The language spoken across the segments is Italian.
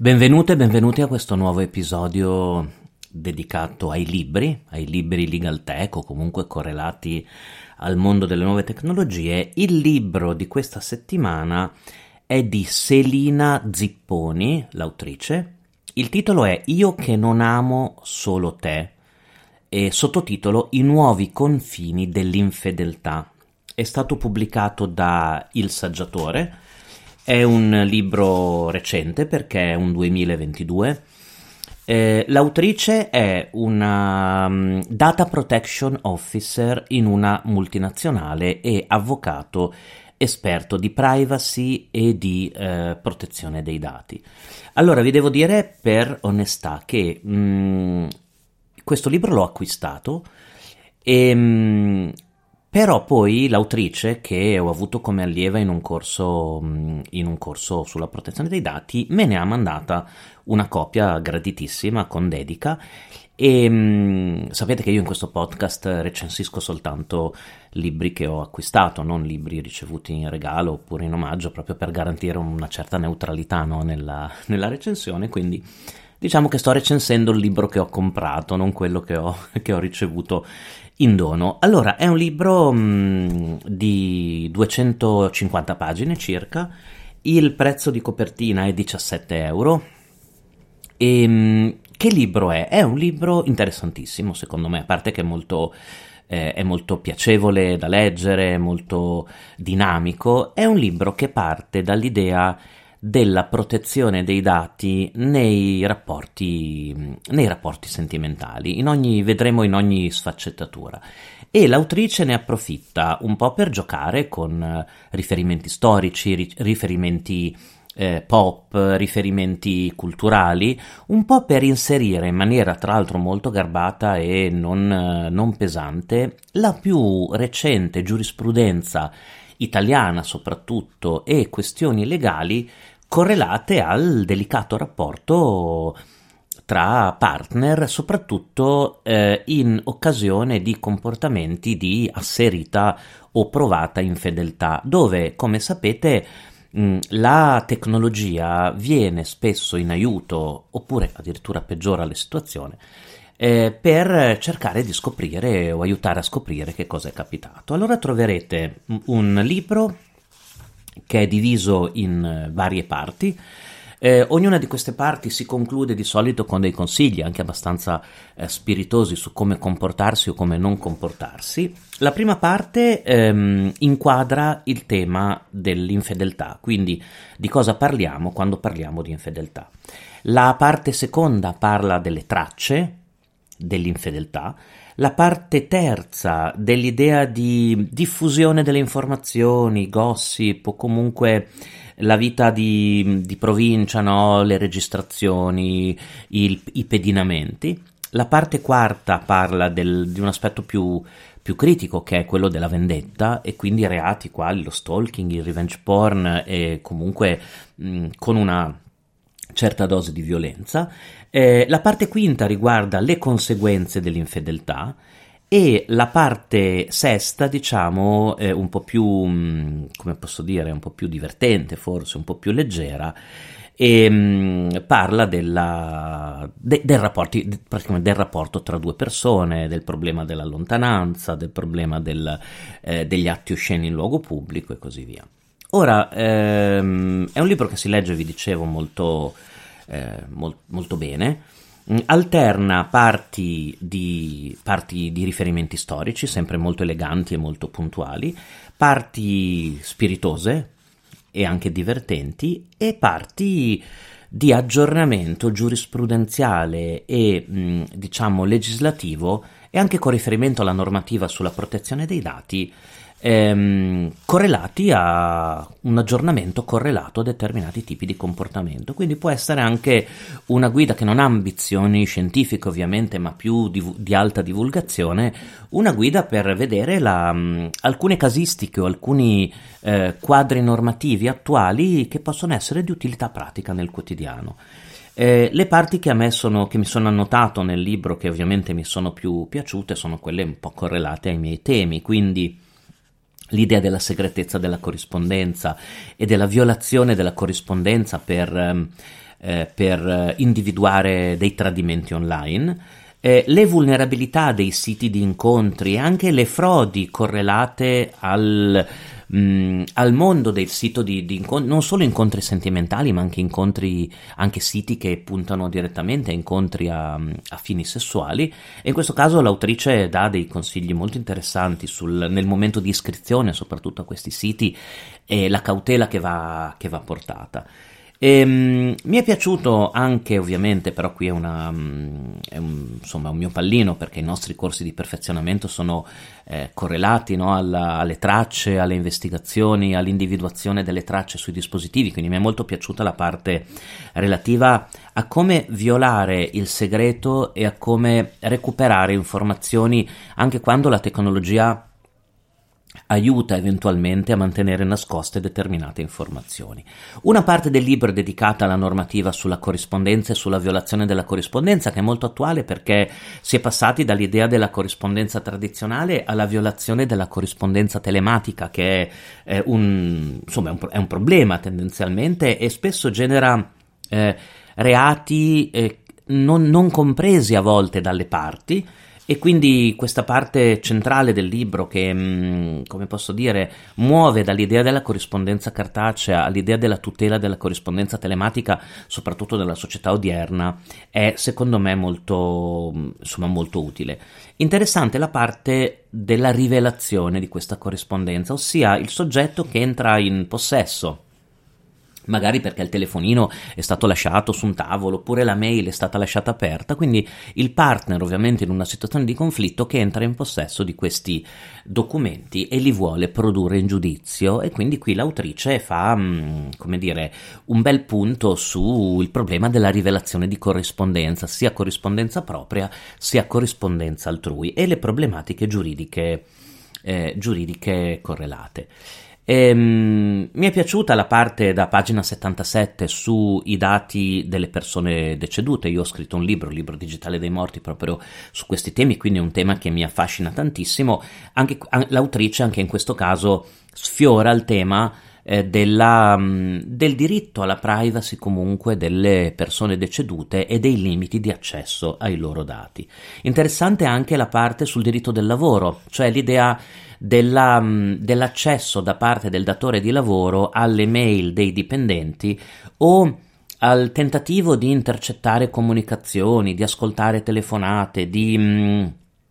Benvenute e benvenuti a questo nuovo episodio dedicato ai libri legal tech o comunque correlati al mondo delle nuove tecnologie. Il libro di questa settimana è di Selina Zipponi, l'autrice. Il titolo è Io che non amo solo te e sottotitolo I nuovi confini dell'infedeltà. È stato pubblicato da Il Saggiatore. È un libro recente perché è un 2022. L'autrice è una data protection officer in una multinazionale e avvocato esperto di privacy e di protezione dei dati. Allora, vi devo dire per onestà che questo libro l'ho acquistato però poi l'autrice, che ho avuto come allieva in un corso sulla protezione dei dati, me ne ha mandata una copia graditissima con dedica e sapete che io in questo podcast recensisco soltanto libri che ho acquistato, non libri ricevuti in regalo oppure in omaggio, proprio per garantire una certa neutralità, no, nella recensione, quindi diciamo che sto recensendo il libro che ho comprato, non quello che ho ricevuto in dono. Allora, è un libro di 250 pagine circa, il prezzo di copertina è 17 euro. E che libro è? È un libro interessantissimo, secondo me, a parte che è molto piacevole da leggere, è molto dinamico. È un libro che parte dall'idea della protezione dei dati nei rapporti sentimentali, vedremo in ogni sfaccettatura, e l'autrice ne approfitta un po' per giocare con riferimenti storici, riferimenti pop, riferimenti culturali, un po' per inserire in maniera tra l'altro molto garbata e non pesante la più recente giurisprudenza italiana soprattutto e questioni legali correlate al delicato rapporto tra partner, soprattutto in occasione di comportamenti di asserita o provata infedeltà, dove, come sapete, la tecnologia viene spesso in aiuto oppure addirittura peggiora la situazione per cercare di scoprire o aiutare a scoprire che cosa è capitato. Allora troverete un libro che è diviso in varie parti. Ognuna di queste parti si conclude di solito con dei consigli anche abbastanza spiritosi su come comportarsi o come non comportarsi. La prima parte inquadra il tema dell'infedeltà, quindi di cosa parliamo quando parliamo di infedeltà. La parte seconda parla delle tracce dell'infedeltà, la parte terza dell'idea di diffusione delle informazioni, gossip o comunque la vita di provincia, no? Le registrazioni, i pedinamenti. La parte quarta parla di un aspetto più critico, che è quello della vendetta, e quindi reati quali lo stalking, il revenge porn e comunque con una certa dose di violenza. La parte quinta riguarda le conseguenze dell'infedeltà e la parte sesta, diciamo, è un po' più, come posso dire, un po' più divertente, forse un po' più leggera, e parla del rapporto tra due persone, del problema della lontananza, del problema degli atti osceni in luogo pubblico e così via. Ora, è un libro che si legge, vi dicevo, molto bene. Alterna parti di riferimenti storici, sempre molto eleganti e molto puntuali, parti spiritose e anche divertenti, e parti di aggiornamento giurisprudenziale e diciamo legislativo, e anche con riferimento alla normativa sulla protezione dei dati, correlati a un aggiornamento correlato a determinati tipi di comportamento. Quindi può essere anche una guida che non ha ambizioni scientifiche ovviamente, ma più di alta divulgazione, una guida per vedere alcune casistiche o alcuni quadri normativi attuali che possono essere di utilità pratica nel quotidiano. Le parti che mi sono annotato nel libro, che ovviamente mi sono più piaciute, sono quelle un po' correlate ai miei temi, quindi l'idea della segretezza della corrispondenza e della violazione della corrispondenza per per individuare dei tradimenti online, le vulnerabilità dei siti di incontri e anche le frodi correlate al mondo del sito di incontri, non solo incontri sentimentali, ma anche incontri, anche siti che puntano direttamente a incontri a fini sessuali. E in questo caso l'autrice dà dei consigli molto interessanti nel momento di iscrizione, soprattutto a questi siti, e la cautela che va portata. Mi è piaciuto anche, ovviamente, però qui insomma, un mio pallino, perché i nostri corsi di perfezionamento sono correlati, no, alle tracce, alle investigazioni, all'individuazione delle tracce sui dispositivi, quindi mi è molto piaciuta la parte relativa a come violare il segreto e a come recuperare informazioni anche quando la tecnologia aiuta eventualmente a mantenere nascoste determinate informazioni. Una parte del libro è dedicata alla normativa sulla corrispondenza e sulla violazione della corrispondenza, che è molto attuale perché si è passati dall'idea della corrispondenza tradizionale alla violazione della corrispondenza telematica, che è un problema tendenzialmente e spesso genera reati non compresi a volte dalle parti. E quindi questa parte centrale del libro che, come posso dire, muove dall'idea della corrispondenza cartacea all'idea della tutela della corrispondenza telematica, soprattutto nella società odierna, è secondo me molto utile. Interessante la parte della rivelazione di questa corrispondenza, ossia il soggetto che entra in possesso, magari perché il telefonino è stato lasciato su un tavolo oppure la mail è stata lasciata aperta, quindi il partner, ovviamente in una situazione di conflitto, che entra in possesso di questi documenti e li vuole produrre in giudizio. E quindi qui l'autrice fa come dire, un bel punto sul problema della rivelazione di corrispondenza, sia corrispondenza propria sia corrispondenza altrui, e le problematiche giuridiche correlate. Mi è piaciuta la parte da pagina 77 sui dati delle persone decedute. Io ho scritto un libro, il libro digitale dei morti, proprio su questi temi, quindi è un tema che mi affascina tantissimo. L'autrice anche in questo caso sfiora il tema del diritto alla privacy comunque delle persone decedute e dei limiti di accesso ai loro dati. Interessante anche la parte sul diritto del lavoro, cioè l'idea dell'accesso da parte del datore di lavoro alle mail dei dipendenti o al tentativo di intercettare comunicazioni, di ascoltare telefonate, di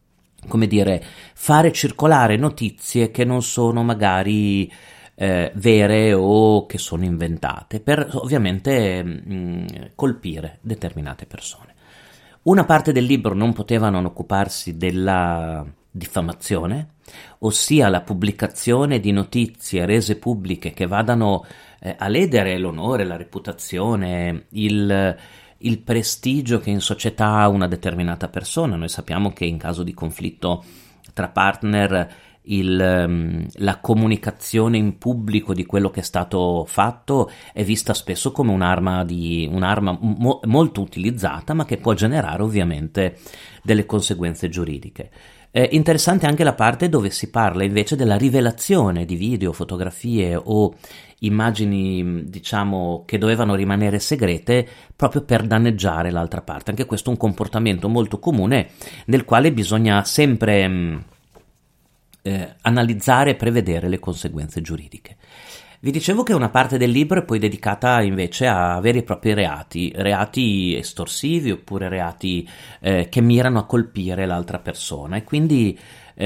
fare circolare notizie che non sono magari vere o che sono inventate, per ovviamente colpire determinate persone. Una parte del libro non poteva non occuparsi della diffamazione, ossia la pubblicazione di notizie rese pubbliche che vadano a ledere l'onore, la reputazione, il prestigio che in società ha una determinata persona. Noi sappiamo che in caso di conflitto tra partner la comunicazione in pubblico di quello che è stato fatto è vista spesso come un'arma molto utilizzata, ma che può generare ovviamente delle conseguenze giuridiche. Interessante anche la parte dove si parla invece della rivelazione di video, fotografie o immagini, diciamo, che dovevano rimanere segrete proprio per danneggiare l'altra parte. Anche questo è un comportamento molto comune del quale bisogna sempre analizzare e prevedere le conseguenze giuridiche. Vi dicevo che una parte del libro è poi dedicata invece a veri e propri reati estorsivi oppure reati che mirano a colpire l'altra persona, e quindi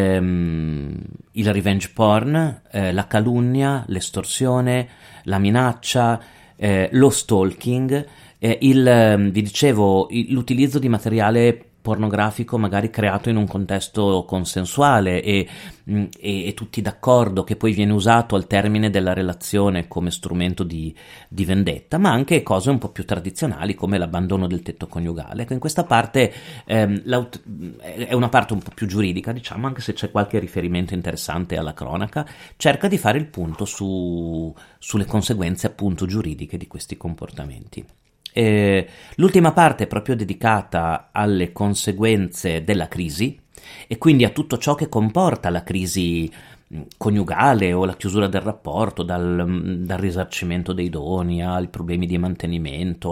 il revenge porn, la calunnia, l'estorsione, la minaccia, lo stalking, vi dicevo, l'utilizzo di materiale pornografico magari creato in un contesto consensuale e tutti d'accordo, che poi viene usato al termine della relazione come strumento di vendetta, ma anche cose un po' più tradizionali come l'abbandono del tetto coniugale. In questa parte è una parte un po' più giuridica, diciamo, anche se c'è qualche riferimento interessante alla cronaca, cerca di fare il punto sulle conseguenze appunto giuridiche di questi comportamenti. L'ultima parte è proprio dedicata alle conseguenze della crisi e quindi a tutto ciò che comporta la crisi coniugale o la chiusura del rapporto, dal risarcimento dei doni ai problemi di mantenimento,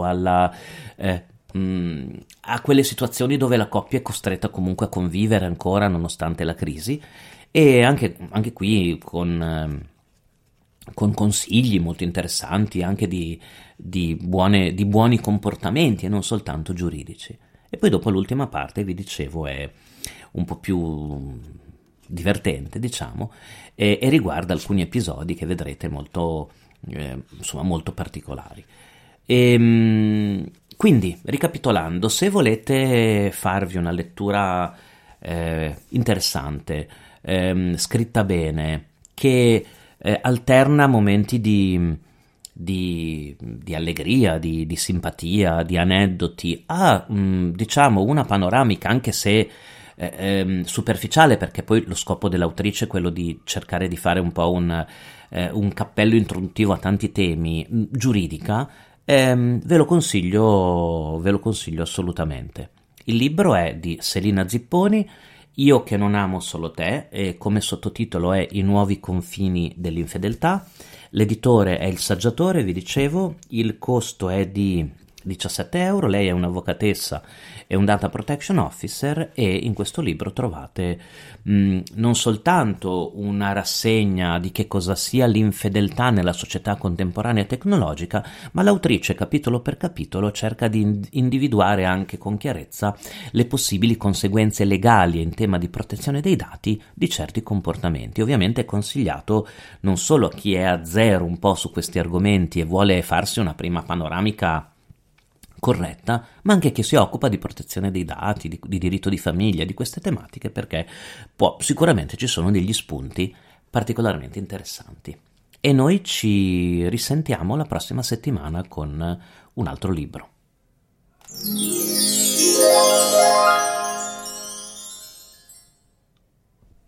a quelle situazioni dove la coppia è costretta comunque a convivere ancora nonostante la crisi, e anche qui con consigli molto interessanti anche di buoni comportamenti e non soltanto giuridici. E poi dopo l'ultima parte, vi dicevo, è un po' più divertente, diciamo, e riguarda alcuni episodi che vedrete molto, insomma, molto particolari. Quindi, ricapitolando, se volete farvi una lettura interessante, scritta bene, che alterna momenti di allegria, di simpatia, di aneddoti, diciamo una panoramica, anche se superficiale, perché poi lo scopo dell'autrice è quello di cercare di fare un po' un cappello introduttivo a tanti temi, giuridica. Ve lo consiglio assolutamente. Il libro è di Selina Zipponi, Io che non amo solo te, e come sottotitolo è I nuovi confini dell'infedeltà. L'editore è Il Saggiatore, vi dicevo, il costo è di 17 euro, lei è un'avvocatessa e un data protection officer, e in questo libro trovate non soltanto una rassegna di che cosa sia l'infedeltà nella società contemporanea e tecnologica, ma l'autrice capitolo per capitolo cerca di individuare anche con chiarezza le possibili conseguenze legali in tema di protezione dei dati di certi comportamenti. Ovviamente è consigliato non solo a chi è a zero un po' su questi argomenti e vuole farsi una prima panoramica corretta, ma anche chi si occupa di protezione dei dati, di diritto di famiglia, di queste tematiche, perché sicuramente ci sono degli spunti particolarmente interessanti. E noi ci risentiamo la prossima settimana con un altro libro.